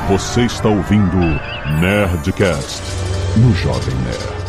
Você está ouvindo Nerdcast no Jovem Nerd.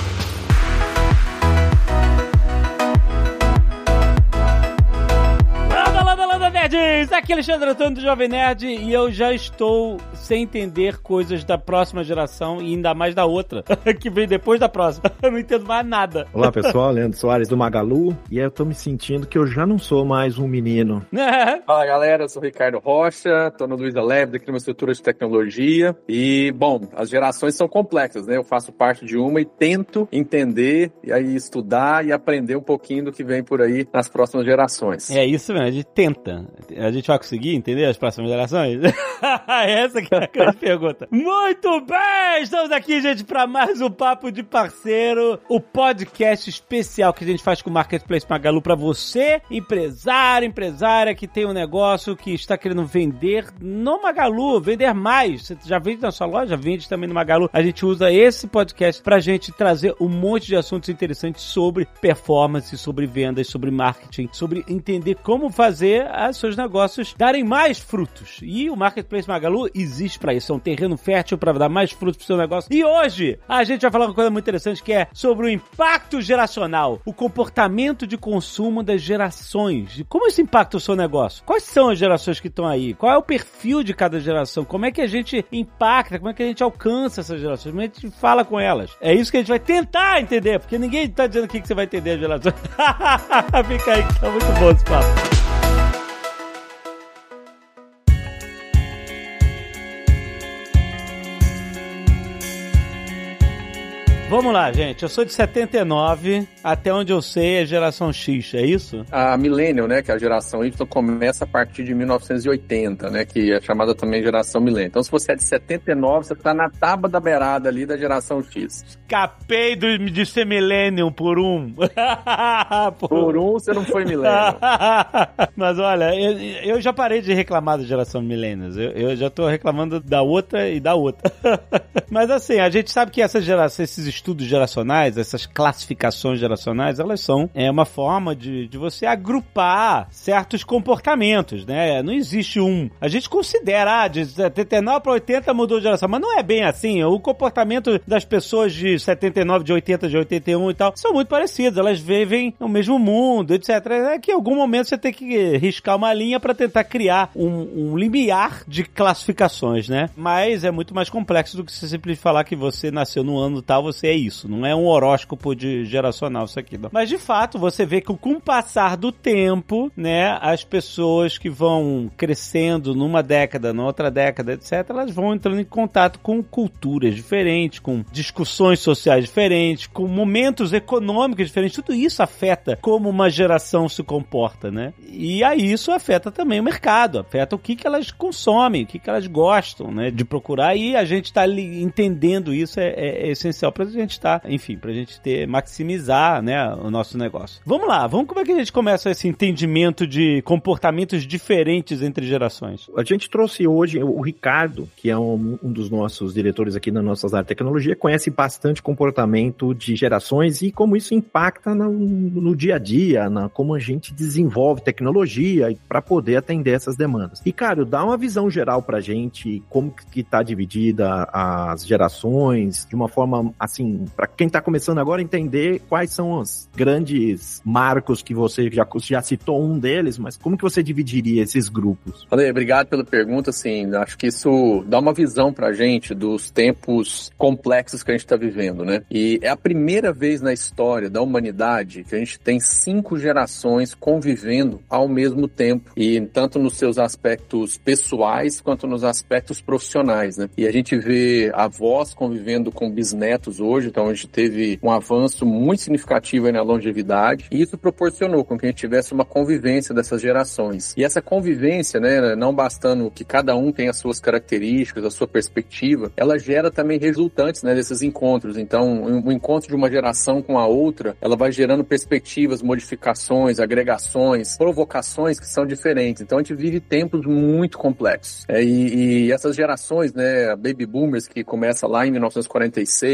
Nerds! Aqui é Alexandre Antônio do Jovem Nerd e eu já estou sem entender coisas da próxima geração e ainda mais da outra, que vem depois da próxima. Eu não entendo mais nada. Olá pessoal, Leandro Soares do Magalu, e eu tô me sentindo que eu já não sou mais um menino. Fala galera, eu sou o Ricardo Rocha, tô no Luiza Lab, aqui numa estrutura de tecnologia e, bom, as gerações são complexas, né? Eu faço parte de uma e tento entender, e aí estudar e aprender um pouquinho do que vem por aí nas próximas gerações. É isso mesmo, a gente tenta. A gente vai conseguir entender as próximas gerações? Essa que é a grande pergunta. Muito bem! Estamos aqui, gente, para mais um Papo de Parceiro, o podcast especial que a gente faz com o Marketplace Magalu para você, empresário, empresária que tem um negócio que está querendo vender no Magalu, vender mais. Você já vende na sua loja? Vende também no Magalu. A gente usa esse podcast pra gente trazer um monte de assuntos interessantes sobre performance, sobre vendas, sobre marketing, sobre entender como fazer os seus negócios darem mais frutos. E o Marketplace Magalu existe para isso. É um terreno fértil para dar mais frutos pro seu negócio. E hoje a gente vai falar uma coisa muito interessante que é sobre o impacto geracional, o comportamento de consumo das gerações. Como isso impacta o seu negócio? Quais são as gerações que estão aí? Qual é o perfil de cada geração? Como é que a gente impacta? Como é que a gente alcança essas gerações? Como é que a gente fala com elas? É isso que a gente vai tentar entender, porque ninguém tá dizendo o que você vai entender as gerações. Fica aí que tá muito bom esse papo. Vamos lá, gente. Eu sou de 79, até onde eu sei é geração X, é isso? A Millennial, né, que é a geração Y, começa a partir de 1980, né, que é chamada também geração Millennial. Então, se você é de 79, você tá na tábua da beirada ali da geração X. Escapei de ser Millennial por um. Por um, você não foi Millennial. Mas olha, eu já parei de reclamar da geração Millennials. Eu já tô reclamando da outra e da outra. Mas assim, a gente sabe que essa geração, esses estudos geracionais, essas classificações geracionais, elas são uma forma de você agrupar certos comportamentos, né? Não existe um. A gente considera, de 79 para 80 mudou de geração, mas não é bem assim. O comportamento das pessoas de 79, de 80, de 81 e tal, são muito parecidas. Elas vivem no mesmo mundo, etc. É que em algum momento você tem que riscar uma linha para tentar criar um limiar de classificações, né? Mas é muito mais complexo do que você simplesmente falar que você nasceu no ano tal, você é isso, não é um horóscopo de geracional isso aqui, não. Mas de fato, você vê que com o passar do tempo, né, as pessoas que vão crescendo numa década, na outra década, etc, elas vão entrando em contato com culturas diferentes, com discussões sociais diferentes, com momentos econômicos diferentes, tudo isso afeta como uma geração se comporta, né? E aí isso afeta também o mercado, afeta o que elas consomem, o que elas gostam, né, de procurar, e a gente tá ali entendendo isso é essencial pra gente estar, enfim, pra gente maximizar, né, o nosso negócio. Vamos lá, como é que a gente começa esse entendimento de comportamentos diferentes entre gerações? A gente trouxe hoje o Ricardo, que é um dos nossos diretores aqui na nossa área de tecnologia, conhece bastante comportamento de gerações e como isso impacta no dia a dia, como a gente desenvolve tecnologia para poder atender essas demandas. Ricardo, dá uma visão geral pra gente, como que tá dividida as gerações, de uma forma assim, para quem tá começando agora entender quais são os grandes marcos que você já citou um deles, mas como que você dividiria esses grupos? Ale, obrigado pela pergunta, assim, acho que isso dá uma visão pra gente dos tempos complexos que a gente tá vivendo, né? E é a primeira vez na história da humanidade que a gente tem 5 gerações convivendo ao mesmo tempo, e tanto nos seus aspectos pessoais quanto nos aspectos profissionais, né? E a gente vê avós convivendo com bisnetos hoje, então a gente teve um avanço muito significativo aí na longevidade, e isso proporcionou com que a gente tivesse uma convivência dessas gerações. E essa convivência, né, não bastando que cada um tenha as suas características, a sua perspectiva, ela gera também resultantes, né, desses encontros. Então, o encontro de uma geração com a outra, ela vai gerando perspectivas, modificações, agregações, provocações que são diferentes. Então, a gente vive tempos muito complexos. E essas gerações, né, a Baby Boomers, que começa lá em 1946,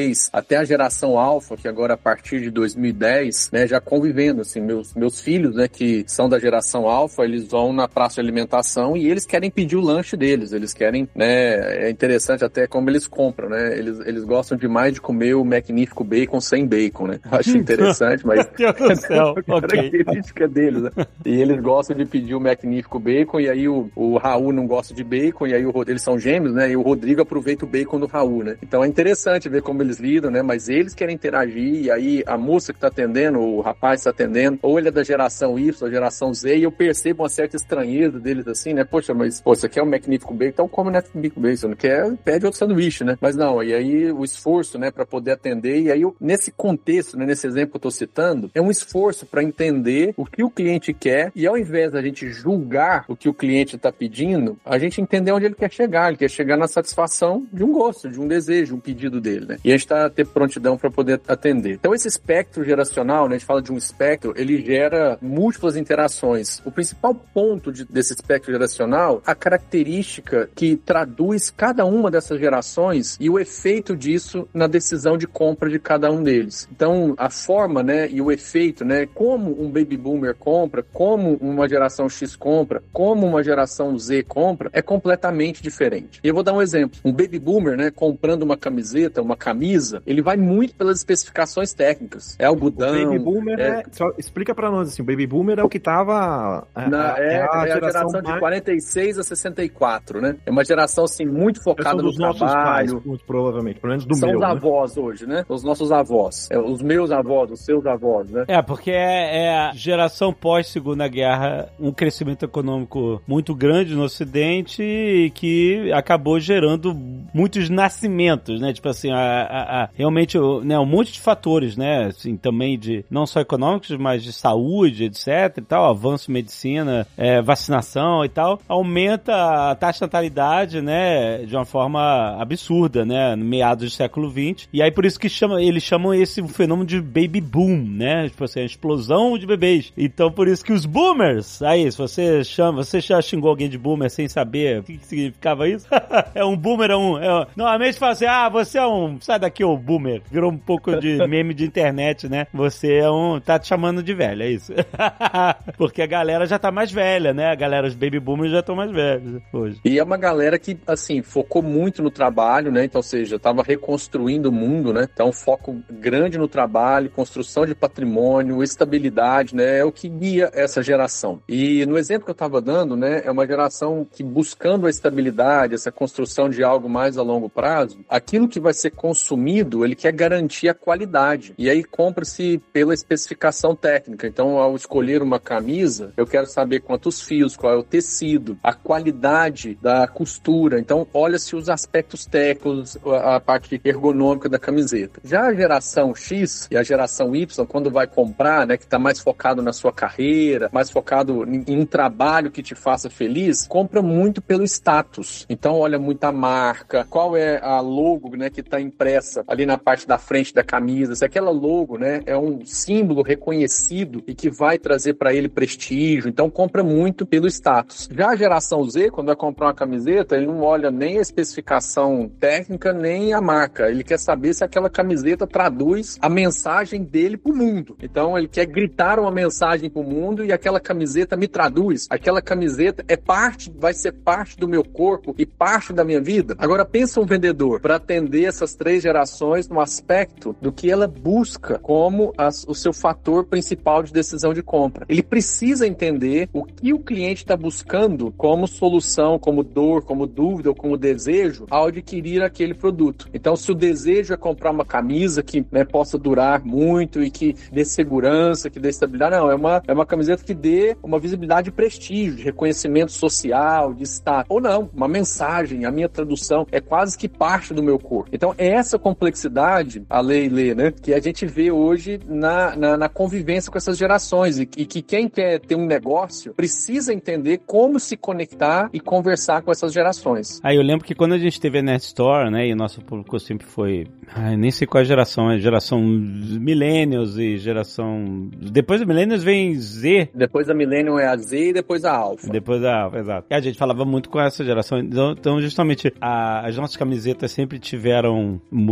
até a geração alfa, que agora a partir de 2010, né, já convivendo, assim, meus filhos, né, que são da geração alfa, eles vão na praça de alimentação e eles querem pedir o lanche deles, eles querem, né, é interessante até como eles compram, né, eles gostam demais de comer o magnífico bacon sem bacon, né, acho interessante, mas Meu Deus do céu, ok. característica deles, né, e eles gostam de pedir o magnífico bacon, e aí o Raul não gosta de bacon, e aí eles são gêmeos, né, e o Rodrigo aproveita o bacon do Raul, né, então é interessante ver como eles lidam, né, mas eles querem interagir, e aí a moça que tá atendendo, o rapaz que tá atendendo, ou ele é da geração Y, da geração Z, e eu percebo uma certa estranheza deles assim, né, poxa, mas, pô, você quer um magnífico bacon, então come o magnífico bacon, você não quer, pede outro sanduíche, né, mas não, e aí o esforço, né, pra poder atender, e aí nesse contexto, né, nesse exemplo que eu tô citando, é um esforço pra entender o que o cliente quer, e ao invés da gente julgar o que o cliente tá pedindo, a gente entender onde ele quer chegar na satisfação de um gosto, de um desejo, um pedido dele, né, e a gente ter prontidão para poder atender. Então esse espectro geracional, né, a gente fala de um espectro, ele gera múltiplas interações. O principal ponto desse espectro geracional, a característica que traduz cada uma dessas gerações e o efeito disso na decisão de compra de cada um deles. Então a forma, né, e o efeito, né, como um baby boomer compra, como uma geração X compra, como uma geração Z compra, é completamente diferente. E eu vou dar um exemplo. Um baby boomer, né, comprando uma camiseta, uma camisa, ele vai muito pelas especificações técnicas. É algodão. O baby boomer só explica pra nós, assim, o baby boomer é o que tava... É a geração de 46 a 64, né? É uma geração, assim, muito focada no trabalho. Pais, muito provavelmente, pelo menos do São meu, os avós, né? Hoje, né? Os nossos avós. Os meus avós, os seus avós, né? Porque é a geração pós-Segunda Guerra, um crescimento econômico muito grande no Ocidente e que acabou gerando muitos nascimentos, né? Tipo assim, realmente, né, um monte de fatores, né? Assim, também de, não só econômicos, mas de saúde, etc e tal, avanço em medicina, vacinação e tal, aumenta a taxa de natalidade, né, de uma forma absurda, né, no meados do século XX, e aí por isso que eles chamam esse fenômeno de baby boom, né, tipo assim, a explosão de bebês. Então por isso que os boomers, aí, se você já xingou alguém de boomer sem saber o que significava isso? Um boomer, normalmente fala assim, você é sai daqui, ô boomer, virou um pouco de meme de internet, né, você tá te chamando de velho, é isso. Porque a galera já tá mais velha, né, os baby boomers já estão mais velhos hoje. E é uma galera que, assim, focou muito no trabalho, né, então, ou seja, tava reconstruindo o mundo, né, então foco grande no trabalho, construção de patrimônio, estabilidade, né, é o que guia essa geração. E no exemplo que eu tava dando, né, é uma geração que buscando a estabilidade, essa construção de algo mais a longo prazo, aquilo que vai ser consumido, ele quer garantir a qualidade. E aí compra-se pela especificação técnica. Então, ao escolher uma camisa, eu quero saber quantos fios, qual é o tecido, a qualidade da costura. Então, olha-se os aspectos técnicos, a parte ergonômica da camiseta. Já a geração X e a geração Y, quando vai comprar, né, que está mais focado na sua carreira, mais focado em um trabalho que te faça feliz, compra muito pelo status. Então, olha muito a marca, qual é a logo, né, que está impressa ali na parte da frente da camisa. Se aquela logo, né, é um símbolo reconhecido e que vai trazer para ele prestígio, então compra muito pelo status. Já a geração Z, quando vai comprar uma camiseta, ele não olha nem a especificação técnica, nem a marca. Ele quer saber se aquela camiseta traduz a mensagem dele pro mundo. Então ele quer gritar uma mensagem pro mundo e aquela camiseta me traduz. Aquela camiseta vai ser parte do meu corpo e parte da minha vida. Agora pensa um vendedor para atender essas três gerações no aspecto do que ela busca como o seu fator principal de decisão de compra. Ele precisa entender o que o cliente está buscando como solução, como dor, como dúvida ou como desejo ao adquirir aquele produto. Então, se o desejo é comprar uma camisa que, né, possa durar muito e que dê segurança, que dê estabilidade, não, é uma camiseta que dê uma visibilidade de prestígio, de reconhecimento social, de status. Ou não, uma mensagem, a minha tradução é quase que parte do meu corpo. Então, é essa complexidade, a lei, né, que a gente vê hoje na convivência com essas gerações e que quem quer ter um negócio precisa entender como se conectar e conversar com essas gerações. Eu lembro que quando a gente teve a Net Store, né, e o nosso público sempre foi, nem sei qual geração, é geração Millennials e geração... Depois da Millennials vem Z. Depois da Millennium é a Z e depois a Alpha. Depois da Alpha, exato. E a gente falava muito com essa geração, então justamente as nossas camisetas sempre tiveram muitas mensagens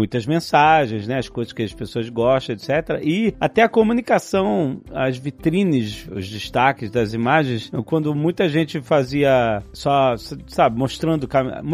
mensagens, né? As coisas que as pessoas gostam, etc. E até a comunicação, as vitrines, os destaques das imagens, quando muita gente fazia só, sabe, mostrando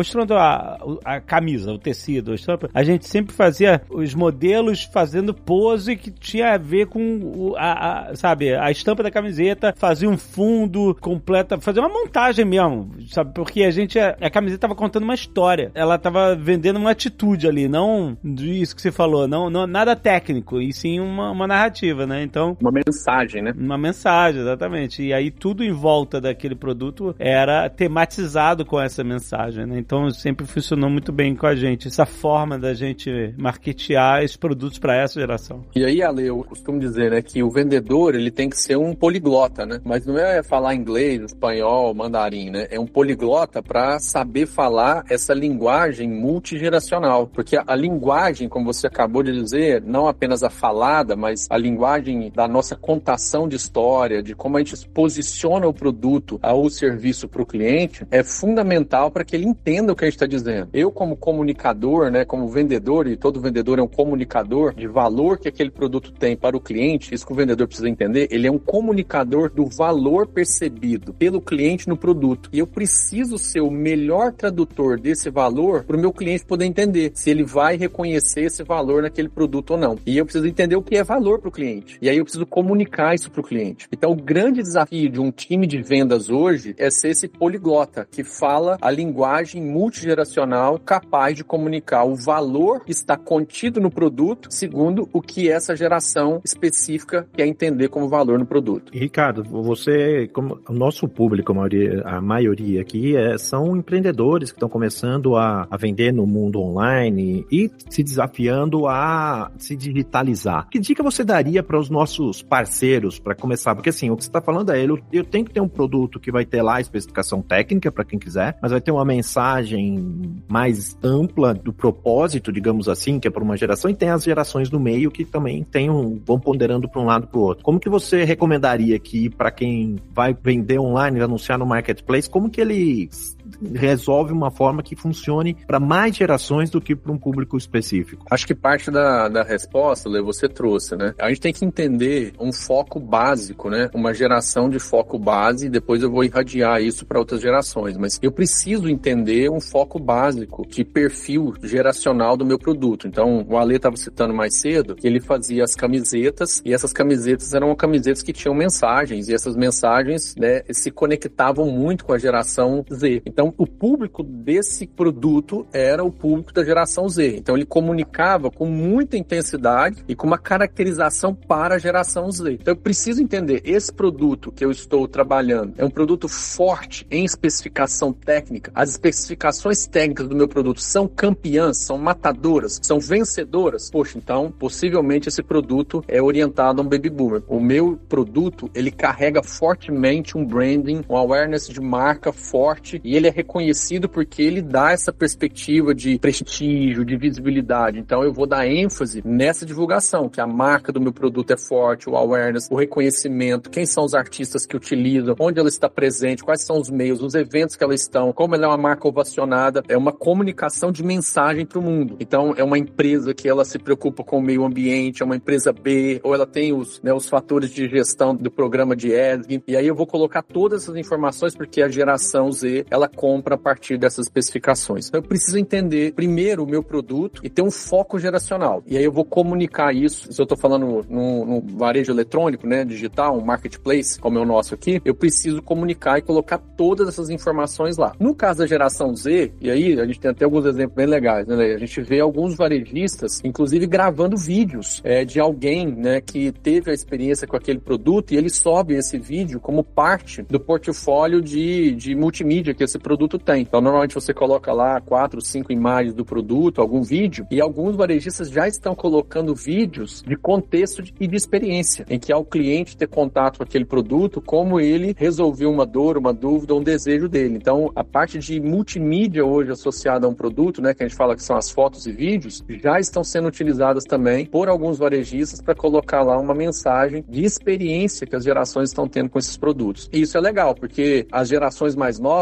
a camisa, o tecido, a estampa, a gente sempre fazia os modelos fazendo pose que tinha a ver com sabe, a estampa da camiseta, fazia um fundo completo, fazia uma montagem mesmo, sabe, porque a camiseta estava contando uma história, ela estava vendendo uma atitude ali, não isso que você falou, não nada técnico, e sim uma narrativa, né? Então, uma mensagem, né? Uma mensagem, exatamente. E aí tudo em volta daquele produto era tematizado com essa mensagem, né? Então sempre funcionou muito bem com a gente, essa forma da gente marketear esses produtos para essa geração. E aí, Ale, eu costumo dizer, né, que o vendedor, ele tem que ser um poliglota, né? Mas não é falar inglês, espanhol, mandarim, né? É um poliglota para saber falar essa linguagem multigeracional. Porque a linguagem, como você acabou de dizer, não apenas a falada, mas a linguagem da nossa contação de história, de como a gente posiciona o produto ou o serviço para o cliente, é fundamental para que ele entenda o que a gente está dizendo. Eu, como comunicador, né, como vendedor, e todo vendedor é um comunicador de valor que aquele produto tem para o cliente, isso que o vendedor precisa entender, ele é um comunicador do valor percebido pelo cliente no produto. E eu preciso ser o melhor tradutor desse valor para o meu cliente poder entender se ele vai reconhecer esse valor naquele produto ou não. E eu preciso entender o que é valor para o cliente. E aí eu preciso comunicar isso para o cliente. Então, o grande desafio de um time de vendas hoje é ser esse poliglota que fala a linguagem multigeracional capaz de comunicar o valor que está contido no produto segundo o que essa geração específica quer entender como valor no produto. E, Ricardo, você, como o nosso público, a maioria aqui, são empreendedores que estão começando a vender no mundo online e se desafiando a se digitalizar. Que dica você daria para os nossos parceiros para começar? Porque assim, o que você está falando eu tenho que ter um produto que vai ter lá a especificação técnica para quem quiser, mas vai ter uma mensagem mais ampla do propósito, digamos assim, que é para uma geração, e tem as gerações no meio que também vão ponderando para um lado para o outro. Como que você recomendaria que para quem vai vender online, anunciar no marketplace, como que ele resolve uma forma que funcione para mais gerações do que para um público específico? Acho que parte da resposta, Lê, você trouxe, né? A gente tem que entender um foco básico, né? Uma geração de foco base, e depois eu vou irradiar isso para outras gerações, mas eu preciso entender um foco básico de perfil geracional do meu produto. Então, o Ale estava citando mais cedo que ele fazia as camisetas, e essas camisetas eram camisetas que tinham mensagens, e essas mensagens, né, se conectavam muito com a geração Z. Então, o público desse produto era o público da geração Z. Então, ele comunicava com muita intensidade e com uma caracterização para a geração Z. Então, eu preciso entender, esse produto que eu estou trabalhando é um produto forte em especificação técnica. As especificações técnicas do meu produto são campeãs, são matadoras, são vencedoras. Poxa, então, possivelmente esse produto é orientado a um baby boomer. O meu produto, ele carrega fortemente um branding, um awareness de marca forte, e ele é reconhecido porque ele dá essa perspectiva de prestígio, de visibilidade. Então, eu vou dar ênfase nessa divulgação, que a marca do meu produto é forte, o awareness, o reconhecimento, quem são os artistas que utilizam, onde ela está presente, quais são os meios, os eventos que ela estão, como ela é uma marca ovacionada, é uma comunicação de mensagem para o mundo. Então, é uma empresa que ela se preocupa com o meio ambiente, é uma empresa B, ou ela tem os fatores de gestão do programa de ESG, e aí eu vou colocar todas essas informações porque a geração Z, ela compra a partir dessas especificações. Então, eu preciso entender primeiro o meu produto e ter um foco geracional. E aí eu vou comunicar isso. Se eu estou falando no varejo eletrônico, né, digital, um marketplace, como é o nosso aqui, eu preciso comunicar e colocar todas essas informações lá. No caso da geração Z, e aí a gente tem até alguns exemplos bem legais, né? A gente vê alguns varejistas, inclusive gravando vídeos de alguém, né, que teve a experiência com aquele produto, e ele sobe esse vídeo como parte do portfólio de multimídia que esse produto tem. Então, normalmente você coloca lá 4, 5 imagens do produto, algum vídeo, e alguns varejistas já estão colocando vídeos de contexto e de experiência, em que ao cliente ter contato com aquele produto, como ele resolveu uma dor, uma dúvida, um desejo dele. Então, a parte de multimídia hoje associada a um produto, né, que a gente fala que são as fotos e vídeos, já estão sendo utilizadas também por alguns varejistas para colocar lá uma mensagem de experiência que as gerações estão tendo com esses produtos. E isso é legal, porque as gerações mais novas, né, as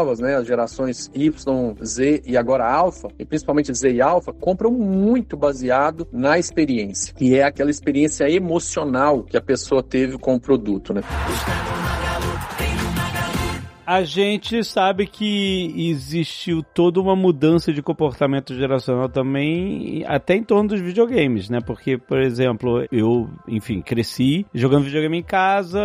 gerações Y, Z e agora Alpha, e principalmente Z e Alpha, compram muito baseado na experiência, que é aquela experiência emocional que a pessoa teve com o produto, né? A gente sabe que existiu toda uma mudança de comportamento geracional também, até em torno dos videogames, né? Porque, por exemplo, eu, enfim, cresci jogando videogame em casa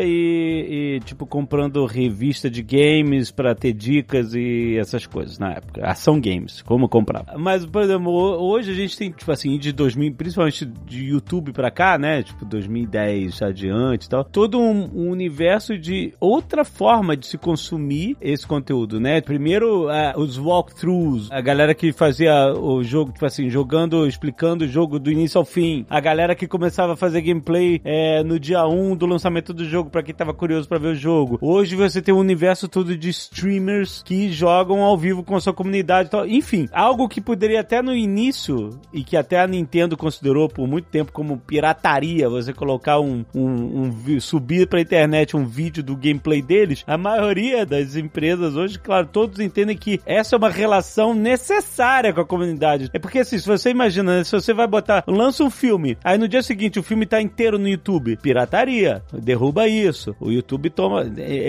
e tipo, comprando revista de games pra ter dicas e essas coisas na época. Ação games, como comprar. Mas, por exemplo, hoje a gente tem, tipo assim, de 2000, principalmente de YouTube pra cá, né? Tipo, 2010 adiante e tal, todo um universo de outra forma de se consumir esse conteúdo, né? Primeiro, os walkthroughs, a galera que fazia o jogo, tipo assim, jogando, explicando o jogo do início ao fim, a galera que começava a fazer gameplay no dia 1 do lançamento do jogo, pra quem tava curioso pra ver o jogo. Hoje você tem um universo todo de streamers que jogam ao vivo com a sua comunidade e tal. Enfim, algo que poderia até no início, e que até a Nintendo considerou por muito tempo como pirataria, você colocar subir pra internet um vídeo do gameplay deles, a maioria das empresas hoje, claro, todos entendem que essa é uma relação necessária com a comunidade. É porque assim, se você imagina, né, se você vai lança um filme, aí no dia seguinte o filme tá inteiro no YouTube, pirataria, derruba isso, o YouTube toma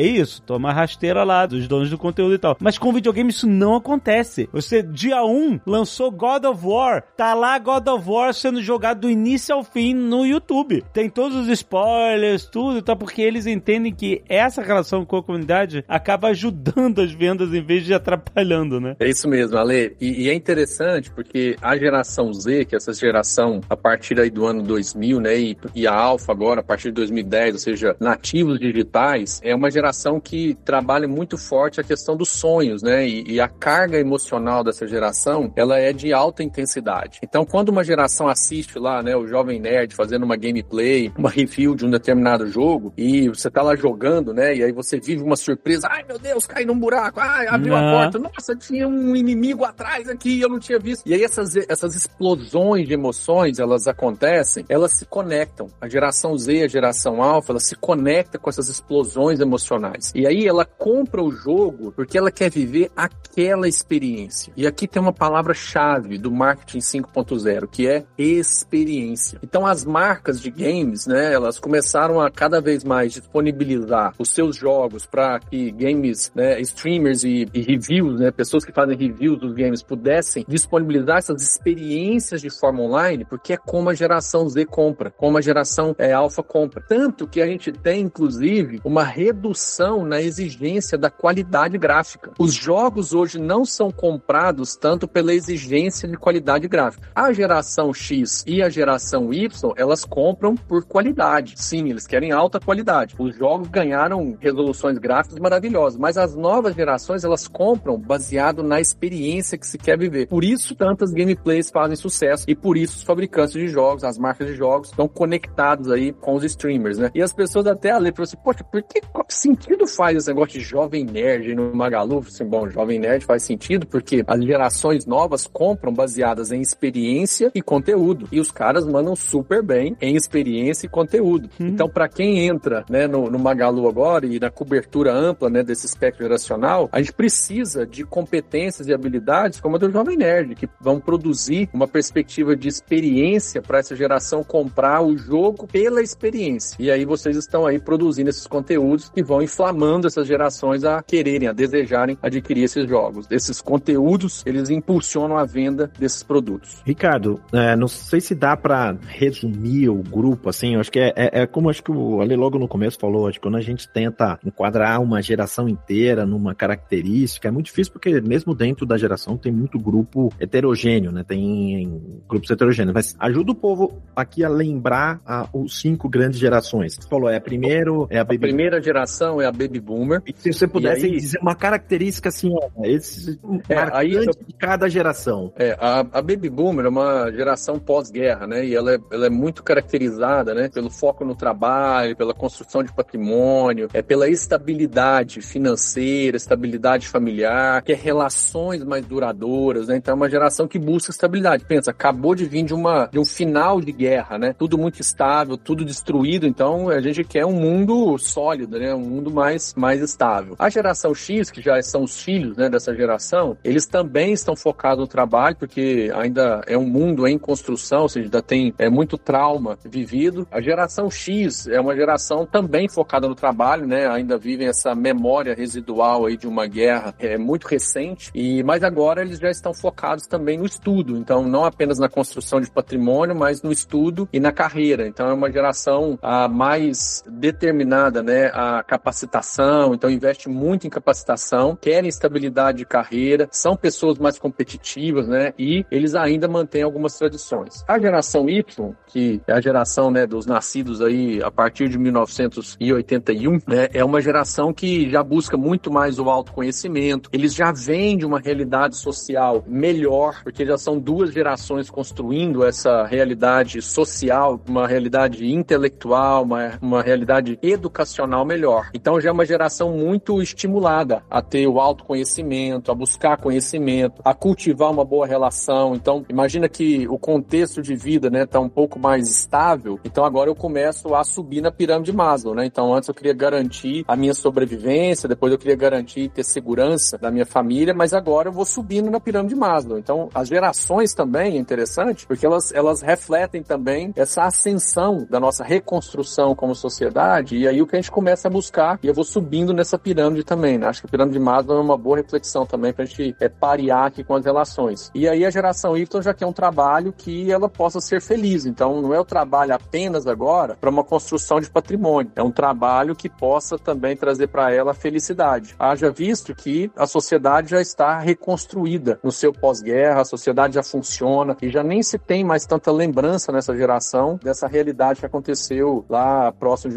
a rasteira lá dos donos do conteúdo e tal. Mas com videogame isso não acontece. Você, dia 1, lançou God of War, tá lá God of War sendo jogado do início ao fim no YouTube. Tem todos os spoilers, tudo e tal, porque eles entendem que essa relação com a comunidade acaba ajudando as vendas em vez de atrapalhando, né? É isso mesmo, Ale. E é interessante porque a geração Z, que é essa geração a partir aí do ano 2000, né, e a Alpha agora, a partir de 2010, ou seja, nativos digitais, é uma geração que trabalha muito forte a questão dos sonhos, né, e a carga emocional dessa geração, ela é de alta intensidade. Então, quando uma geração assiste lá, né, o Jovem Nerd fazendo uma gameplay, uma review de um determinado jogo, e você tá lá jogando, né, e aí você vive uma surpresa, ai meu Deus, caí num buraco, ai, abriu a porta, nossa, tinha um inimigo atrás aqui, eu não tinha visto. E aí essas explosões de emoções, elas acontecem, elas se conectam. A geração Z e a geração Alpha, ela se conecta com essas explosões emocionais. E aí ela compra o jogo porque ela quer viver aquela experiência. E aqui tem uma palavra-chave do marketing 5.0, que é experiência. Então as marcas de games, né, elas começaram a cada vez mais disponibilizar os seus jogos para que games, né, streamers e reviews, né, pessoas que fazem reviews dos games pudessem disponibilizar essas experiências de forma online, porque é como a geração Z compra, como a geração Alpha compra. Tanto que a gente tem, inclusive, uma redução na exigência da qualidade gráfica. Os jogos hoje não são comprados tanto pela exigência de qualidade gráfica. A geração X e a geração Y, elas compram por qualidade. Sim, eles querem alta qualidade. Os jogos ganharam resoluções gráficas maravilhosas, mas as novas gerações, elas compram baseado na experiência que se quer viver. Por isso, tantas gameplays fazem sucesso e por isso os fabricantes de jogos, as marcas de jogos, estão conectados aí com os streamers, né? E as pessoas até ali falam assim, poxa, qual sentido faz esse negócio de Jovem Nerd no Magalu? Assim, bom, Jovem Nerd faz sentido porque as gerações novas compram baseadas em experiência e conteúdo. E os caras mandam super bem em experiência e conteúdo. Então, para quem entra, né, no Magalu agora e na cobertura ampla, né, desse espectro geracional, a gente precisa de competências e habilidades como a do Jovem Nerd, que vão produzir uma perspectiva de experiência para essa geração comprar o jogo pela experiência. E aí vocês estão aí produzindo esses conteúdos que vão inflamando essas gerações a quererem, a desejarem adquirir esses jogos. Esses conteúdos, eles impulsionam a venda desses produtos. Ricardo, não sei se dá para resumir o grupo, assim, eu acho que como acho que o Ale logo no começo falou, acho que quando a gente tenta enquadrar uma geração inteira numa característica, é muito difícil porque mesmo dentro da geração tem muito grupo heterogêneo, né? Tem grupos heterogêneos, mas ajuda o povo aqui a lembrar os 5 grandes gerações. Você falou, a primeira geração é a Baby Boomer. E se você pudesse dizer uma característica assim, marcante de cada geração. A Baby Boomer é uma geração pós-guerra, né? E ela é muito caracterizada, né? Pelo foco no trabalho, pela construção de patrimônio, pela estabilidade estabilidade financeira, estabilidade familiar, quer relações mais duradouras, né? Então é uma geração que busca estabilidade. Pensa, acabou de vir de um final de guerra, né? Tudo muito estável, tudo destruído, então a gente quer um mundo sólido, né? Um mundo mais estável. A geração X, que já são os filhos, né, dessa geração, eles também estão focados no trabalho, porque ainda é um mundo em construção, ou seja, ainda tem muito trauma vivido. A geração X é uma geração também focada no trabalho, né? Ainda vivem essa memória residual aí de uma guerra muito recente, mas agora eles já estão focados também no estudo, então não apenas na construção de patrimônio, mas no estudo e na carreira. Então é uma geração mais determinada, né? A capacitação, então investe muito em capacitação, querem estabilidade de carreira, são pessoas mais competitivas, né? E eles ainda mantêm algumas tradições. A geração Y, que é a geração, né, dos nascidos aí a partir de 1981, né, é uma geração que já busca muito mais o autoconhecimento, eles já vêm de uma realidade social melhor, porque já são duas gerações construindo essa realidade social, uma realidade intelectual, uma realidade educacional melhor. Então já é uma geração muito estimulada a ter o autoconhecimento, a buscar conhecimento, a cultivar uma boa relação. Então imagina que o contexto de vida, né, tá um pouco mais estável, então agora eu começo a subir na pirâmide de Maslow, né? Então antes eu queria garantir a minha sobrevivência, depois eu queria garantir ter segurança da minha família, mas agora eu vou subindo na pirâmide de Maslow. Então as gerações também é interessante, porque elas refletem também essa ascensão da nossa reconstrução como sociedade, e aí o que a gente começa a buscar, e eu vou subindo nessa pirâmide também, né? Acho que a pirâmide de Maslow é uma boa reflexão também pra gente parear aqui com as relações. E aí a geração Y já quer um trabalho que ela possa ser feliz, então não é o trabalho apenas agora para uma construção de patrimônio, é um trabalho que possa também trazer para ela felicidade. Haja visto que a sociedade já está reconstruída no seu pós-guerra, a sociedade já funciona e já nem se tem mais tanta lembrança nessa geração dessa realidade que aconteceu lá próximo de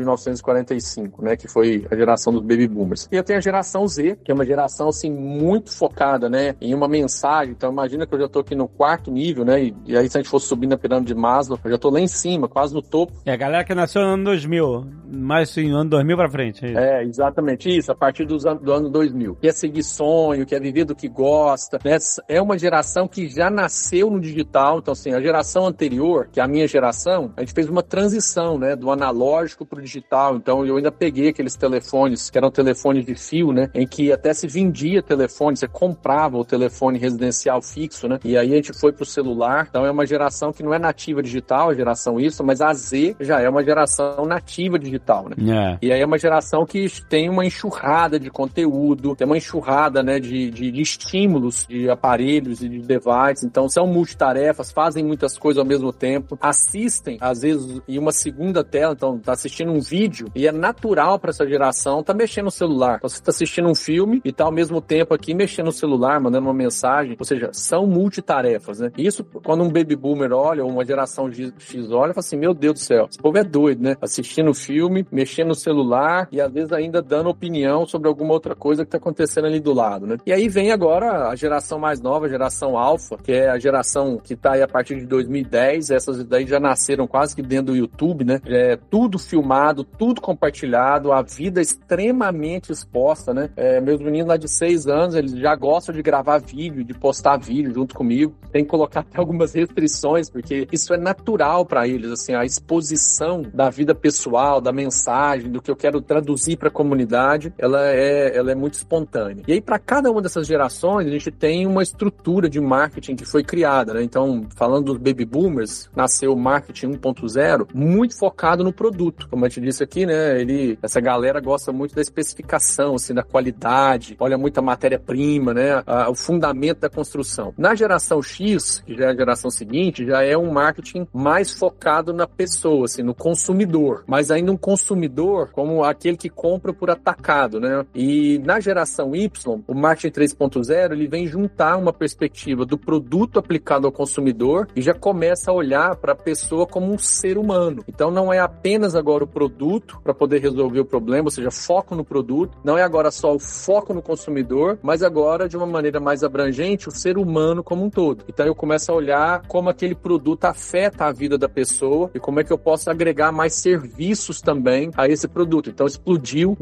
1945, né, que foi a geração dos baby boomers. E eu tenho a geração Z, que é uma geração assim muito focada, né, em uma mensagem. Então imagina que eu já estou aqui no 4º nível, né, e aí se a gente for subindo a pirâmide de Maslow, eu já estou lá em cima, quase no topo. É a galera que nasceu no ano 2000, mais no ano 2000 pra frente. Exatamente isso, a partir do ano 2000. Quer seguir sonho, quer viver do que gosta, né? É uma geração que já nasceu no digital, então assim, a geração anterior, que é a minha geração, a gente fez uma transição, né, do analógico pro digital, então eu ainda peguei aqueles telefones, que eram telefones de fio, né, em que até se vendia telefone, você comprava o telefone residencial fixo, né, e aí a gente foi pro celular, então é uma geração que não é nativa digital, a geração isso, mas a Z já é uma geração nativa digital, né, e aí é uma geração que tem uma enxurrada de conteúdo, tem uma enxurrada, né, de estímulos, de aparelhos e de devices, então são multitarefas, fazem muitas coisas ao mesmo tempo, assistem, às vezes, em uma segunda tela, então tá assistindo um vídeo e é natural para essa geração tá mexendo no celular. Então, você tá assistindo um filme e tá ao mesmo tempo aqui mexendo no celular, mandando uma mensagem, ou seja, são multitarefas, né? Isso, quando um baby boomer olha, ou uma geração X olha, fala assim, meu Deus do céu, esse povo é doido, né? Assistindo filme, mexendo no celular e às vezes ainda dando opinião sobre alguma outra coisa que tá acontecendo ali do lado, né? E aí vem agora a geração mais nova, a geração Alpha, que é a geração que tá aí a partir de 2010, essas daí já nasceram quase que dentro do YouTube, né? É tudo filmado, tudo compartilhado, a vida extremamente exposta, né? Meus meninos lá de 6 anos, eles já gostam de gravar vídeo, de postar vídeo junto comigo. Tem que colocar até algumas restrições, porque isso é natural para eles, assim, a exposição da vida pessoal, da mensagem, do que eu quero traduzir para a comunidade, ela é muito espontânea. E aí, para cada uma dessas gerações, a gente tem uma estrutura de marketing que foi criada, né? Então, falando dos baby boomers, nasceu o marketing 1.0, muito focado no produto. Como a gente disse aqui, né? Essa galera gosta muito da especificação, assim, da qualidade, olha muito a matéria-prima, né? O fundamento da construção. Na geração X, que já é a geração seguinte, já é um marketing mais focado na pessoa, assim, no consumidor. Mas ainda um consumidor como aquele que compra por atacado, né? E na geração Y, o marketing 3.0, ele vem juntar uma perspectiva do produto aplicado ao consumidor e já começa a olhar para a pessoa como um ser humano. Então não é apenas agora o produto para poder resolver o problema, ou seja, foco no produto, não é agora só o foco no consumidor, mas agora de uma maneira mais abrangente o ser humano como um todo. Então eu começo a olhar como aquele produto afeta a vida da pessoa e como é que eu posso agregar mais serviços também a esse produto. Então explodiu não só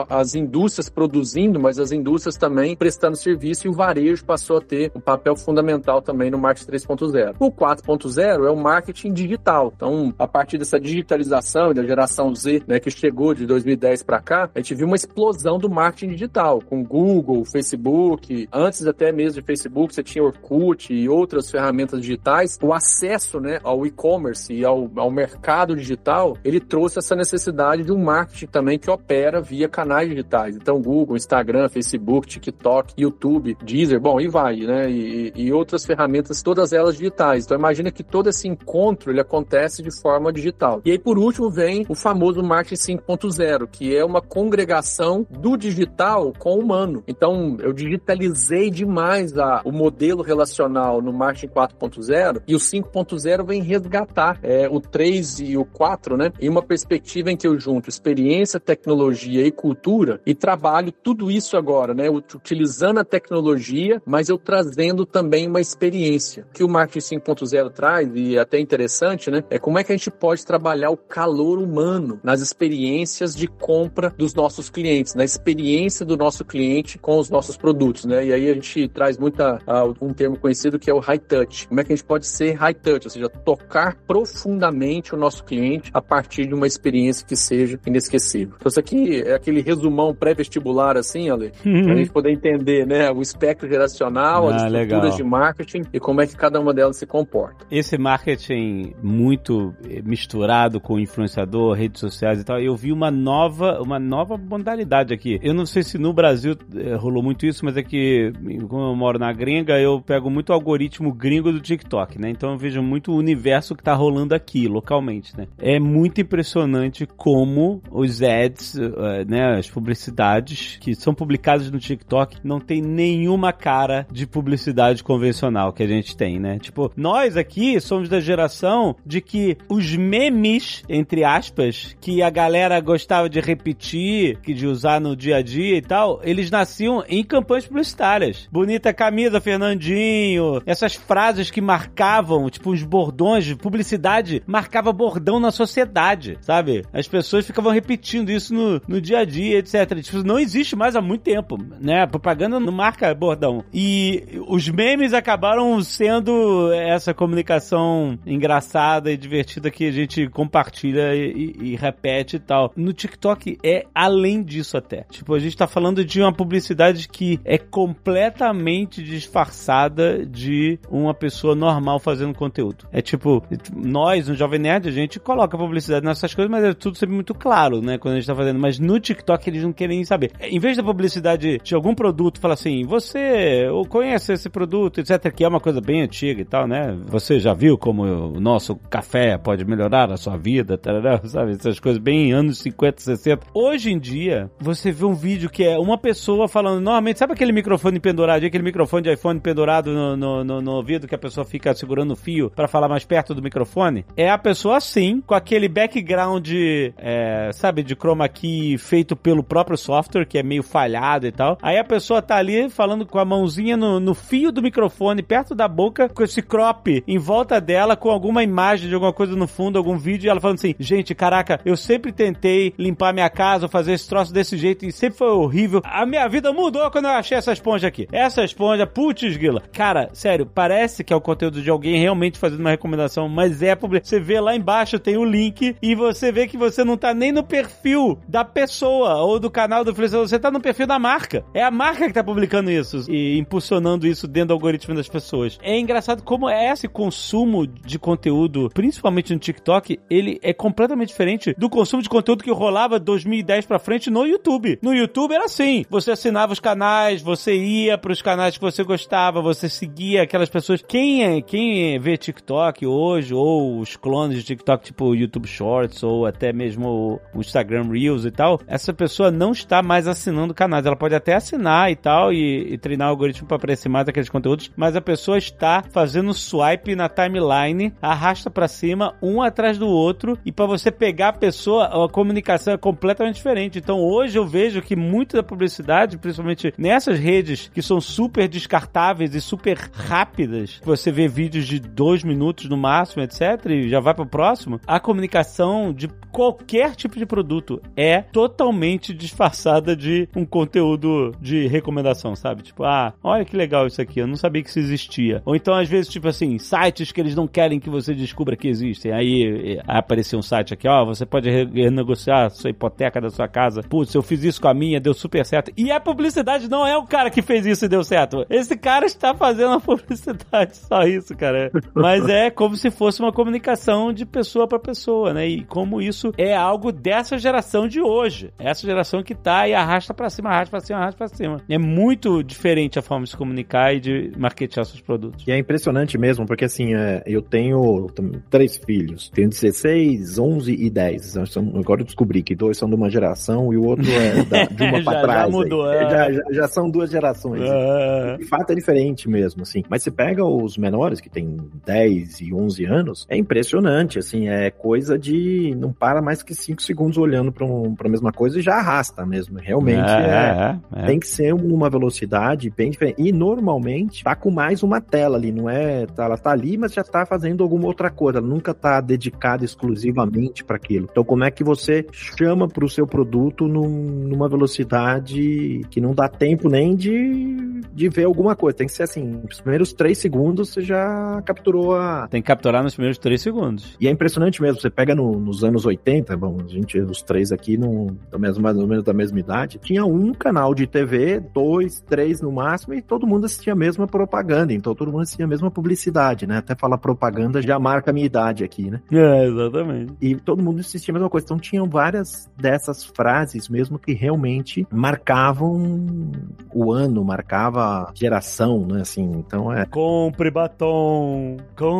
só as indústrias produzindo, mas as indústrias também prestando serviço, e o varejo passou a ter um papel fundamental também no marketing 3.0. O 4.0 é o marketing digital. Então, a partir dessa digitalização e da geração Z, né, que chegou de 2010 para cá, a gente viu uma explosão do marketing digital, com Google, Facebook, antes até mesmo de Facebook, você tinha Orkut e outras ferramentas digitais. O acesso, né, ao e-commerce e ao mercado digital, ele trouxe essa necessidade de um marketing também que opera via canais digitais. Então, Google, Instagram, Facebook, TikTok, YouTube, Deezer, bom, e vai, né, e outras ferramentas, todas elas digitais. Então, imagina que todo esse encontro, ele acontece de forma digital. E aí, por último, vem o famoso marketing 5.0, que é uma congregação do digital com o humano. Então, eu digitalizei demais o modelo relacional no marketing 4.0, e o 5.0 vem resgatar o 3 e o 4, né, em uma perspectiva em que eu junto experiência, tecnologia e cultura, e trabalho tudo isso agora, né, utilizando a tecnologia, mas eu trazendo também uma experiência. O que o marketing 5.0 traz, e é até interessante, né, é como é que a gente pode trabalhar o calor humano nas experiências de compra dos nossos clientes, na experiência do nosso cliente com os nossos produtos, né, e aí a gente traz um termo conhecido que é o high touch. Como é que a gente pode ser high touch, ou seja, tocar profundamente o nosso cliente a partir de uma experiência que seja inesquecível. Então, isso aqui é aquele resumão pré-vestibular, assim, Ale, pra gente poder entender, né, o espectro geracional, as estruturas legal. de marketing e como é que cada uma delas se comporta. Esse marketing muito misturado com influenciador, redes sociais e tal, eu vi uma nova modalidade aqui. Eu não sei se no Brasil rolou muito isso, mas é que, como eu moro na gringa, eu pego muito o algoritmo gringo do TikTok, né? Então eu vejo muito o universo que tá rolando aqui, localmente, né? É muito impressionante como os ads, né, as publicidades que são publicadas no TikTok não tem nenhuma cara de publicidade convencional que a gente tem, né? Tipo, nós aqui somos da geração de que os memes, entre aspas, que a galera gostava de repetir, de usar no dia a dia e tal, eles nasciam em campanhas publicitárias. Bonita camisa, Fernandinho, essas frases que marcavam, tipo, os bordões de publicidade, marcava bordão na sociedade, sabe? As pessoas ficavam repetindo isso no dia a dia, etc. Tipo, não existe mais há muito tempo, né? A propaganda não marca bordão. E os memes acabaram sendo essa comunicação engraçada e divertida que a gente compartilha e repete e tal. No TikTok é além disso até. Tipo, a gente tá falando de uma publicidade que é completamente disfarçada de uma pessoa normal fazendo conteúdo. É tipo, nós, no Jovem Nerd, a gente coloca publicidade nessas coisas, mas é tudo sempre muito claro, né, quando a gente tá fazendo. Mas no TikTok eles não querem nem saber. Em vez da publicidade de algum produto, fala assim, você conhece esse produto, etc., que é uma coisa bem antiga e tal, né? Você já viu como o nosso café pode melhorar a sua vida, tarará, sabe? Essas coisas bem anos 50, 60. Hoje em dia, você vê um vídeo que é uma pessoa falando, normalmente, sabe aquele microfone pendurado, aquele microfone de iPhone pendurado no ouvido que a pessoa fica segurando o fio pra falar mais perto do microfone? É a pessoa assim, com aquele background, sabe, de chroma key feito pelo próprio software, que é meio falhado e tal. Aí a pessoa tá ali falando com a mãozinha no fio do microfone, perto da boca, com esse crop em volta dela, com alguma imagem de alguma coisa no fundo, algum vídeo, e ela falando assim, gente, caraca, eu sempre tentei limpar minha casa, fazer esse troço desse jeito, e sempre foi horrível. A minha vida mudou quando eu achei essa esponja aqui. Essa esponja, putz, grila. Cara, sério, parece que é o conteúdo de alguém realmente fazendo uma recomendação, mas é publicidade. Você vê lá embaixo, tem o link, e você vê que você não tá nem no perfil da pessoa, ou do canal do influenciador, você tá no perfil da marca. É a marca que tá publicando isso, e impulsionando isso dentro do algoritmo das pessoas. É engraçado como esse consumo de conteúdo, principalmente no TikTok, ele é completamente diferente do consumo de conteúdo que rolava 2010 pra frente no YouTube. No YouTube era assim, você assinava os canais, você ia pros canais que você gostava, você seguia aquelas pessoas. Quem vê TikTok hoje, ou os clones de TikTok, tipo o YouTube Shorts, ou até mesmo o Instagram Reels e tal, essa pessoa não está mais assinando canais. Ela pode até assinar e tal, e treinar o algoritmo para aparecer mais aqueles conteúdos, mas a pessoa está fazendo swipe na timeline, arrasta pra cima, um atrás do outro, e para você pegar a pessoa, a comunicação é completamente diferente. Então hoje eu vejo que muita da publicidade, principalmente nessas redes que são super descartáveis e super rápidas, você vê vídeos de 2 minutos no máximo, etc, e já vai pro próximo, a comunicação de qualquer tipo de produto é totalmente totalmente disfarçada de um conteúdo de recomendação, sabe? Tipo, olha que legal isso aqui, eu não sabia que isso existia. Ou então, às vezes, tipo assim, sites que eles não querem que você descubra que existem. Aí apareceu um site aqui, você pode renegociar a sua hipoteca da sua casa. Putz, eu fiz isso com a minha, deu super certo. E a publicidade não é o cara que fez isso e deu certo. Esse cara está fazendo a publicidade, só isso, cara. Mas é como se fosse uma comunicação de pessoa para pessoa, né? E como isso é algo dessa geração de hoje. Essa geração que tá e arrasta pra cima, arrasta pra cima, arrasta pra cima. É muito diferente a forma de se comunicar e de marketear seus produtos. E é impressionante mesmo, porque assim, eu tenho 3 filhos. Tenho 16, 11 e 10. Agora eu descobri que 2 são de uma geração e o outro é de uma pra trás. Já mudou. Já são 2 gerações. De fato é diferente mesmo, assim. Mas você pega os menores, que tem 10 e 11 anos, é impressionante, assim, é coisa de não para mais que 5 segundos olhando pra mesma coisa e já arrasta mesmo. Realmente tem que ser uma velocidade bem diferente. E normalmente tá com mais uma tela ali, não é? Ela tá ali, mas já tá fazendo alguma outra coisa. Ela nunca tá dedicada exclusivamente para aquilo. Então, como é que você chama pro seu produto numa velocidade que não dá tempo nem de ver alguma coisa? Tem que ser assim, nos primeiros 3 segundos você já capturou Tem que capturar nos primeiros 3 segundos. E é impressionante mesmo, você pega nos anos 80, bom, a gente, os 3 aqui, mais ou menos da mesma idade, tinha um canal de TV, 2, 3 no máximo, e todo mundo assistia a mesma propaganda, então todo mundo assistia a mesma publicidade, né? Até falar propaganda já marca a minha idade aqui, né? Exatamente. E todo mundo assistia a mesma coisa, então tinham várias dessas frases mesmo que realmente marcavam o ano, marcava a geração, né? Assim, então Compre batom.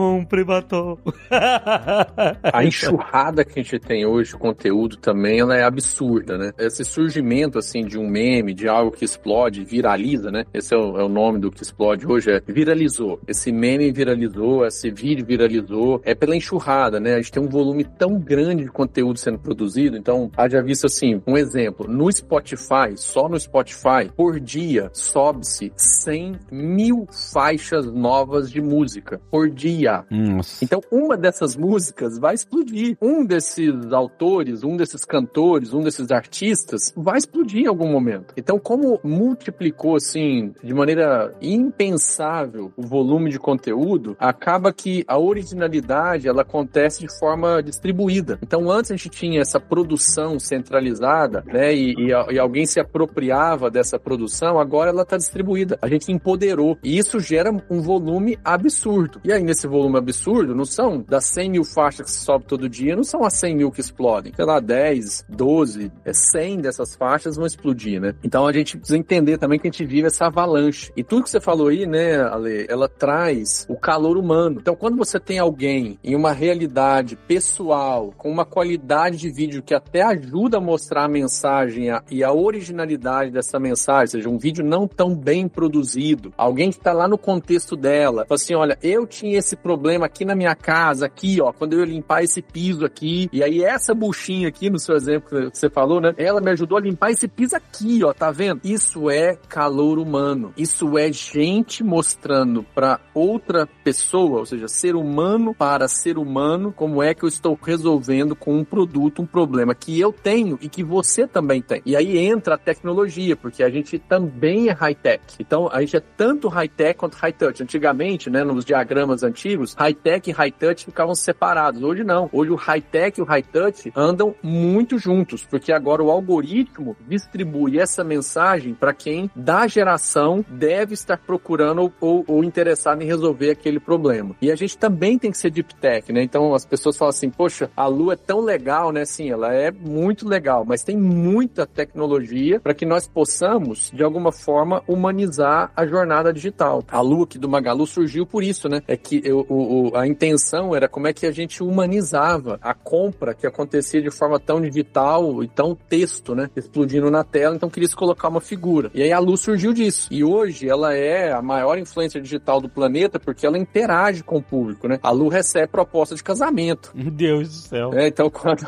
A enxurrada que a gente tem hoje de conteúdo também, ela é absurda, né? Esse surgimento, assim, de um meme, de algo que explode, viraliza, né? Esse é o nome do que explode hoje, viralizou. Esse meme viralizou, esse vídeo viralizou, é pela enxurrada, né? A gente tem um volume tão grande de conteúdo sendo produzido, então, haja visto, assim, um exemplo, no Spotify, só no Spotify, por dia, sobe-se 100 mil faixas novas de música, por dia. Nossa. Então, uma dessas músicas vai explodir. Um desses autores, um desses cantores, um desses artistas vai explodir em algum momento. Então, como multiplicou, assim, de maneira impensável o volume de conteúdo, acaba que a originalidade, ela acontece de forma distribuída. Então, antes a gente tinha essa produção centralizada, né, e alguém se apropriava dessa produção, agora ela está distribuída. A gente empoderou. E isso gera um volume absurdo. E aí, nesse volume absurdo, não são das 100 mil faixas que se sobe todo dia, não são as 100 mil que explodem. Sei lá, 10, 12, 100 dessas faixas vão explodir, né? Então a gente precisa entender também que a gente vive essa avalanche. E tudo que você falou aí, né, Ale, ela traz o calor humano. Então quando você tem alguém em uma realidade pessoal, com uma qualidade de vídeo que até ajuda a mostrar a mensagem e a originalidade dessa mensagem, ou seja, um vídeo não tão bem produzido, alguém que tá lá no contexto dela, fala assim, olha, eu tinha esse problema aqui na minha casa, aqui, ó, quando eu ia limpar esse piso aqui, e aí essa buchinha aqui, no seu exemplo que você falou, né, ela me ajudou a limpar esse piso aqui, ó, tá vendo? Isso é calor humano, isso é gente mostrando pra outra pessoa, ou seja, ser humano para ser humano, como é que eu estou resolvendo com um produto, um problema que eu tenho e que você também tem. E aí entra a tecnologia, porque a gente também é high-tech. Então, a gente é tanto high-tech quanto high-touch. Antigamente, né, nos diagramas antigos, high-tech e high-touch ficavam separados. Hoje não. Hoje o high-tech e o high-touch andam muito juntos, porque agora o algoritmo distribui essa mensagem para quem da geração deve estar procurando ou interessado em resolver aquele problema. E a gente também tem que ser deep tech, né? Então as pessoas falam assim, poxa, a Lu é tão legal, né? Sim, ela é muito legal, mas tem muita tecnologia para que nós possamos, de alguma forma, humanizar a jornada digital. A Lu aqui do Magalu surgiu por isso, né? É que a intenção era como é que a gente humanizava a compra que acontecia de forma tão digital e tão texto, né? Explodindo na tela, então queria se colocar uma figura. E aí a Lu surgiu disso. E hoje ela é a maior influência digital do planeta porque ela interage com o público, né? A Lu recebe proposta de casamento. Meu Deus do céu. Então quando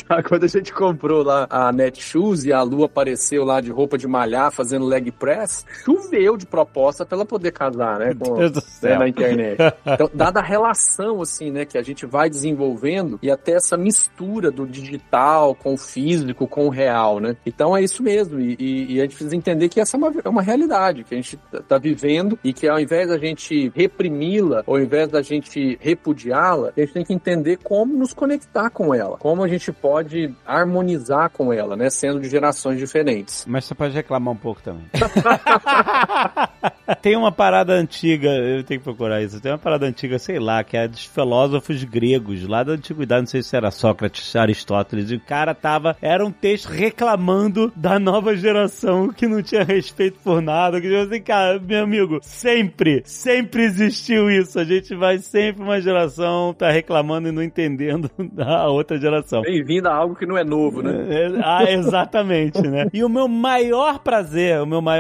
a gente comprou lá a Netshoes e a Lu apareceu lá de roupa de malhar fazendo leg press, choveu de proposta pra ela poder casar, né? Na internet. Então, dada a relação, assim, né, que a gente vai desenvolvendo e até essa mistura do digital com o físico, com real, né? Então é isso mesmo, e a gente precisa entender que essa é uma realidade que a gente está vivendo e que ao invés da gente reprimi-la, ao invés da gente repudiá-la, a gente tem que entender como nos conectar com ela, como a gente pode harmonizar com ela, né? Sendo de gerações diferentes. Mas você pode reclamar um pouco também. Tem uma parada antiga, eu tenho que procurar isso, tem uma parada antiga, sei lá, que é dos filósofos gregos, lá da antiguidade, não sei se era Sócrates, Aristóteles, e o cara era um texto reclamando da nova geração que não tinha respeito por nada, que assim, cara, meu amigo, sempre existiu isso, a gente vai sempre uma geração tá reclamando e não entendendo da outra geração. Bem-vindo a algo que não é novo, né? Exatamente, né? E o meu maior prazer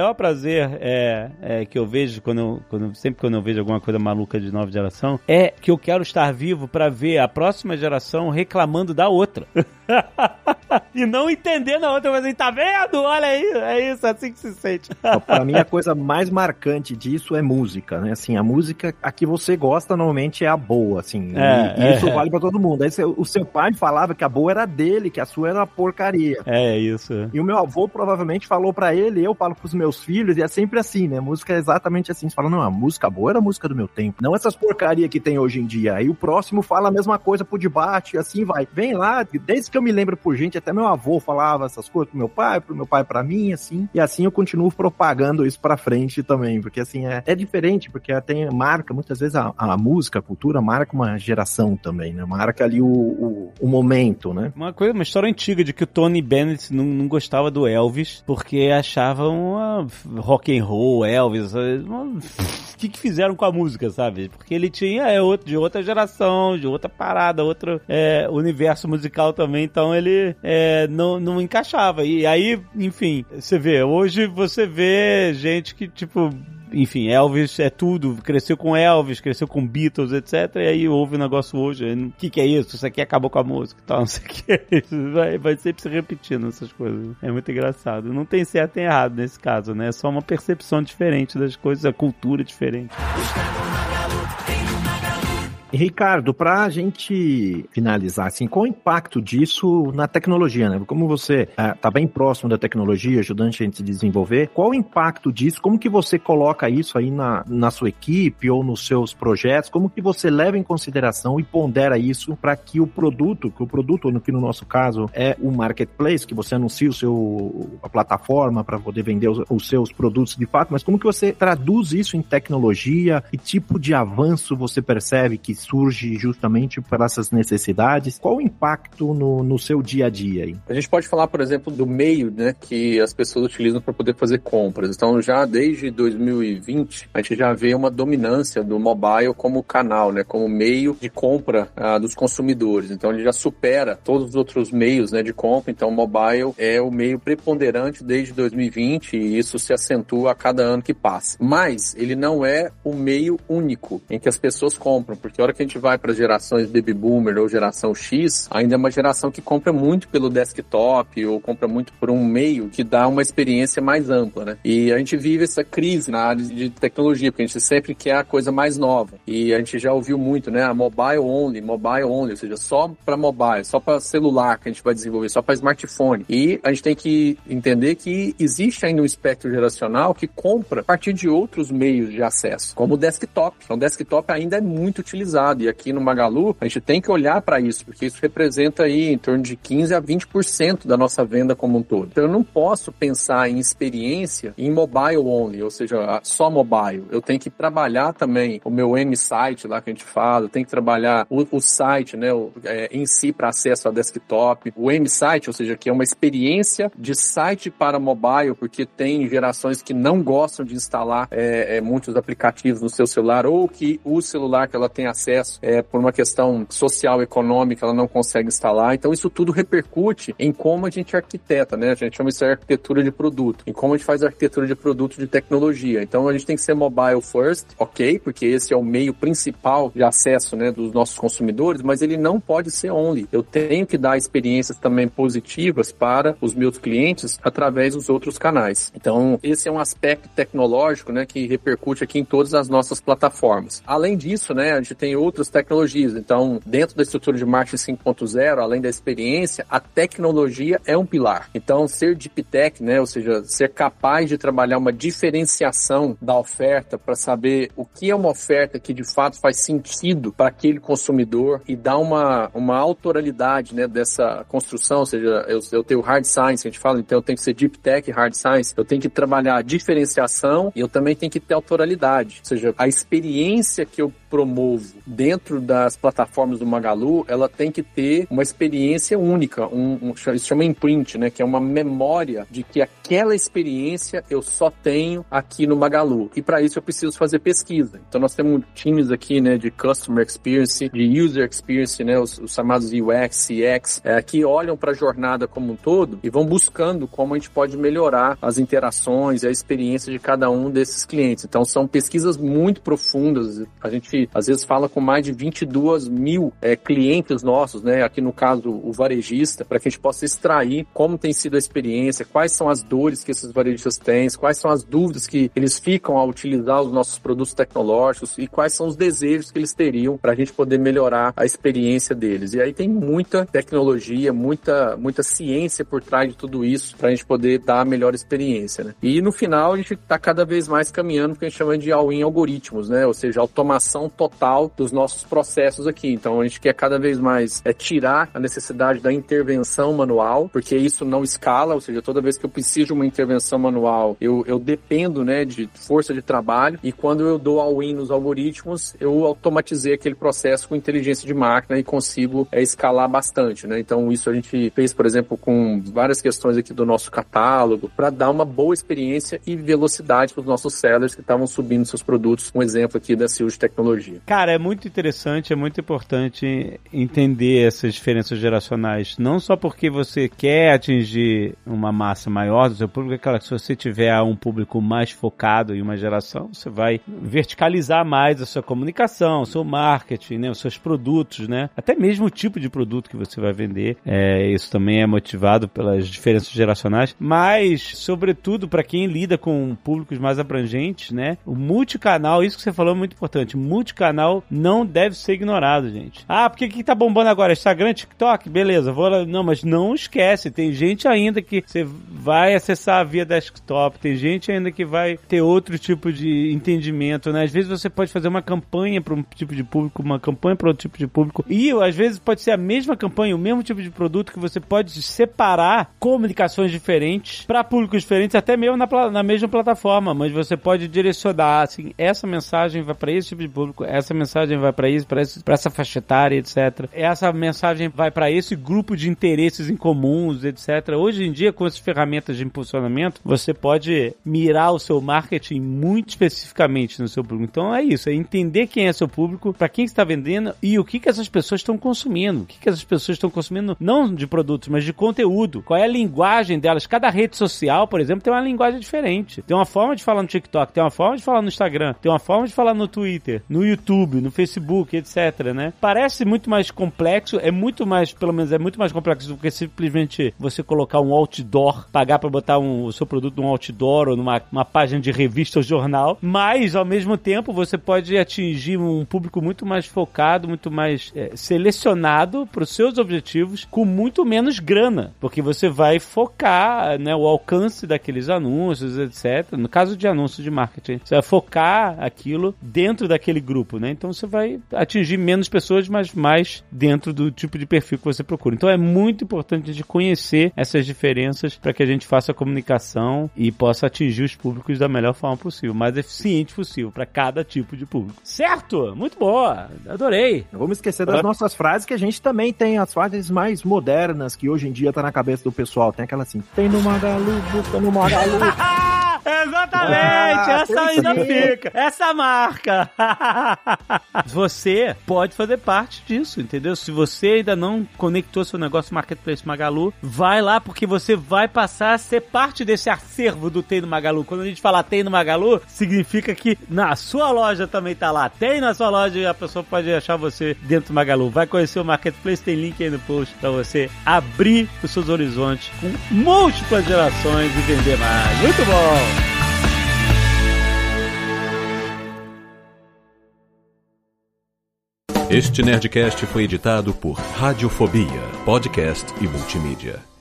é que eu vejo sempre quando eu vejo alguma coisa maluca de nova geração, é que eu quero estar vivo pra ver a próxima geração reclamando da outra. E não entendendo a outra, mas assim, tá vendo? Olha aí, é isso, é assim que se sente. Pra mim, a coisa mais marcante disso é música, né? Assim, a música, a que você gosta, normalmente é a boa, assim. E isso vale pra todo mundo. Aí o seu pai falava que a boa era dele, que a sua era uma porcaria. É isso. E o meu avô provavelmente falou pra ele, eu falo pros meus filhos, e é sempre assim, né? Música é exatamente assim. Você fala, não, a música boa era a música do meu tempo. Não essas porcarias que tem hoje em dia. Aí o próximo fala a mesma coisa pro debate, e assim vai. Vem lá, desde que eu me lembro por gente, até meu avô falava essas coisas pro meu pai pra mim, assim. E assim eu continuo propagando isso pra frente também, porque assim, é diferente, porque marca, muitas vezes a música, a cultura marca uma geração também, né? Marca ali o momento, né? Uma história antiga de que o Tony Bennett não gostava do Elvis, porque achava uma rock and roll, Elvis, o que fizeram com a música, sabe? Porque ele tinha de outra geração, de outra parada, outro universo musical também, então ele não encaixava. E aí, enfim, hoje você vê gente que, tipo, enfim, Elvis é tudo, cresceu com Elvis, cresceu com Beatles, etc. E aí ouve o negócio hoje, o que é isso? Isso aqui acabou com a música e tal, não sei o que é isso. Vai sempre se repetindo essas coisas. É muito engraçado. Não tem certo e errado nesse caso, né? É só uma percepção diferente das coisas, a cultura é diferente. E, Ricardo, pra gente finalizar, assim, qual o impacto disso na tecnologia, né? Como você tá bem próximo da tecnologia, ajudando a gente a desenvolver, qual o impacto disso? Como que você coloca isso aí na sua equipe ou nos seus projetos? Como que você leva em consideração e pondera isso para que o produto, que no nosso caso é o marketplace, que você anuncia a plataforma para poder vender os seus produtos de fato, mas como que você traduz isso em tecnologia? Que tipo de avanço você percebe que surge justamente por essas necessidades? Qual o impacto no seu dia a dia aí? A gente pode falar, por exemplo, do meio, né, que as pessoas utilizam para poder fazer compras. Então, já desde 2020, a gente já vê uma dominância do mobile como canal, né, como meio de compra dos consumidores. Então, ele já supera todos os outros meios, né, de compra. Então, o mobile é o meio preponderante desde 2020 e isso se acentua a cada ano que passa. Mas, ele não é o meio único em que as pessoas compram, porque a hora que a gente vai para as gerações Baby Boomer ou geração X, ainda é uma geração que compra muito pelo desktop ou compra muito por um meio que dá uma experiência mais ampla, né? E a gente vive essa crise na área de tecnologia, porque a gente sempre quer a coisa mais nova. E a gente já ouviu muito, né? A mobile only, ou seja, só para mobile, só para celular que a gente vai desenvolver, só para smartphone. E a gente tem que entender que existe ainda um espectro geracional que compra a partir de outros meios de acesso, como o desktop. Então, o desktop ainda é muito utilizado. E aqui no Magalu, a gente tem que olhar para isso, porque isso representa aí em torno de 15% a 20% da nossa venda como um todo. Então eu não posso pensar em experiência em mobile only, ou seja, só mobile. Eu tenho que trabalhar também o meu M-Site lá que a gente fala, eu tenho que trabalhar o site, né, em si para acesso a desktop. O M-Site, ou seja, que é uma experiência de site para mobile, porque tem gerações que não gostam de instalar muitos aplicativos no seu celular, ou que o celular que ela tem acesso por uma questão social, econômica, ela não consegue instalar. Então isso tudo repercute em como a gente arquiteta, né? A gente chama isso de arquitetura de produto, em como a gente faz a arquitetura de produto de tecnologia. Então a gente tem que ser mobile first, ok? Porque esse é o meio principal de acesso, né, dos nossos consumidores, mas ele não pode ser only. Eu tenho que dar experiências também positivas para os meus clientes através dos outros canais. Então esse é um aspecto tecnológico, né, que repercute aqui em todas as nossas plataformas. Além disso, né, a gente tem tem outras tecnologias. Então, dentro da estrutura de marketing 5.0, além da experiência, a tecnologia é um pilar. Então, ser deep tech, né, ou seja, ser capaz de trabalhar uma diferenciação da oferta para saber o que é uma oferta que de fato faz sentido para aquele consumidor e dar uma autoralidade, né, dessa construção, ou seja, eu tenho hard science, a gente fala, então eu tenho que ser deep tech, hard science, eu tenho que trabalhar a diferenciação e eu também tenho que ter autoralidade, ou seja, a experiência que eu promovo dentro das plataformas do Magalu, ela tem que ter uma experiência única, isso se chama imprint, né, que é uma memória de que aquela experiência eu só tenho aqui no Magalu. E para isso eu preciso fazer pesquisa. Então nós temos times aqui, né, de Customer Experience, de User Experience, né, os chamados UX, CX, que olham para a jornada como um todo e vão buscando como a gente pode melhorar as interações e a experiência de cada um desses clientes. Então são pesquisas muito profundas. A gente às vezes fala com mais de 22 mil clientes nossos, né, aqui no caso o varejista, para que a gente possa extrair como tem sido a experiência, quais são as dores que esses varejistas têm, quais são as dúvidas que eles ficam ao utilizar os nossos produtos tecnológicos e quais são os desejos que eles teriam para a gente poder melhorar a experiência deles. E aí tem muita tecnologia, muita ciência por trás de tudo isso para a gente poder dar a melhor experiência, né? E no final a gente está cada vez mais caminhando porque a gente chama de all-in algoritmos, né? Ou seja, automação total dos nossos processos aqui. Então a gente quer cada vez mais tirar a necessidade da intervenção manual, porque isso não escala, ou seja, toda vez que eu preciso de uma intervenção manual, eu dependo, né, de força de trabalho, e quando eu dou all-in nos algoritmos, eu automatizei aquele processo com inteligência de máquina e consigo escalar bastante, né? Então isso a gente fez, por exemplo, com várias questões aqui do nosso catálogo, para dar uma boa experiência e velocidade para os nossos sellers que estavam subindo seus produtos. Um exemplo aqui da CEO de tecnologia. Cara, é muito interessante, é muito importante entender essas diferenças geracionais, não só porque você quer atingir uma massa maior do seu público, é claro que se você tiver um público mais focado em uma geração, você vai verticalizar mais a sua comunicação, o seu marketing, né, os seus produtos, né, até mesmo o tipo de produto que você vai vender, isso também é motivado pelas diferenças geracionais, mas, sobretudo, para quem lida com públicos mais abrangentes, né, o multicanal, isso que você falou é muito importante, multicanal não deve ser ignorado, gente. Ah, porque o que tá bombando agora? Instagram, TikTok? Beleza, vou lá. Não, mas não esquece, tem gente ainda que você vai acessar via desktop, tem gente ainda que vai ter outro tipo de entendimento, né? Às vezes você pode fazer uma campanha para um tipo de público, uma campanha para outro tipo de público, e às vezes pode ser a mesma campanha, o mesmo tipo de produto, que você pode separar comunicações diferentes para públicos diferentes, até mesmo na mesma plataforma, mas você pode direcionar, assim, essa mensagem vai para esse tipo de público, essa mensagem vai para isso, para essa faixa etária, etc. Essa mensagem vai para esse grupo de interesses em comuns, etc. Hoje em dia, com essas ferramentas de impulsionamento, você pode mirar o seu marketing muito especificamente no seu público. Então é isso, é entender quem é seu público, para quem está vendendo e o que essas pessoas estão consumindo. O que essas pessoas estão consumindo, não de produtos, mas de conteúdo. Qual é a linguagem delas? Cada rede social, por exemplo, tem uma linguagem diferente. Tem uma forma de falar no TikTok, tem uma forma de falar no Instagram, tem uma forma de falar no Twitter, no YouTube, no Facebook, etc, né? Parece muito mais complexo, é muito mais, pelo menos é muito mais complexo do que simplesmente você colocar um outdoor, pagar para botar o seu produto num outdoor ou numa página de revista ou jornal, mas ao mesmo tempo você pode atingir um público muito mais focado, muito mais selecionado para os seus objetivos, com muito menos grana, porque você vai focar, né, o alcance daqueles anúncios, etc. No caso de anúncios de marketing, você vai focar aquilo dentro daquele grupo, né? Então você vai atingir menos pessoas, mas mais dentro do tipo de perfil que você procura. Então é muito importante a gente conhecer essas diferenças para que a gente faça a comunicação e possa atingir os públicos da melhor forma possível, mais eficiente possível para cada tipo de público. Certo? Muito boa! Adorei! Não vamos esquecer das nossas frases, que a gente também tem as frases mais modernas que hoje em dia tá na cabeça do pessoal. Tem aquela assim, tem no Magalu, busca no Magalu. Exatamente! Essa ainda fica! Essa marca! Você pode fazer parte disso, entendeu? Se você ainda não conectou seu negócio Marketplace Magalu, vai lá, porque você vai passar a ser parte desse acervo do Tem no Magalu. Quando a gente fala Tem no Magalu, significa que na sua loja também tá lá. Tem na sua loja e a pessoa pode achar você dentro do Magalu. Vai conhecer o Marketplace, tem link aí no post pra você abrir os seus horizontes com múltiplas gerações e vender mais. Muito bom! Este Nerdcast foi editado por Radiofobia, podcast e multimídia.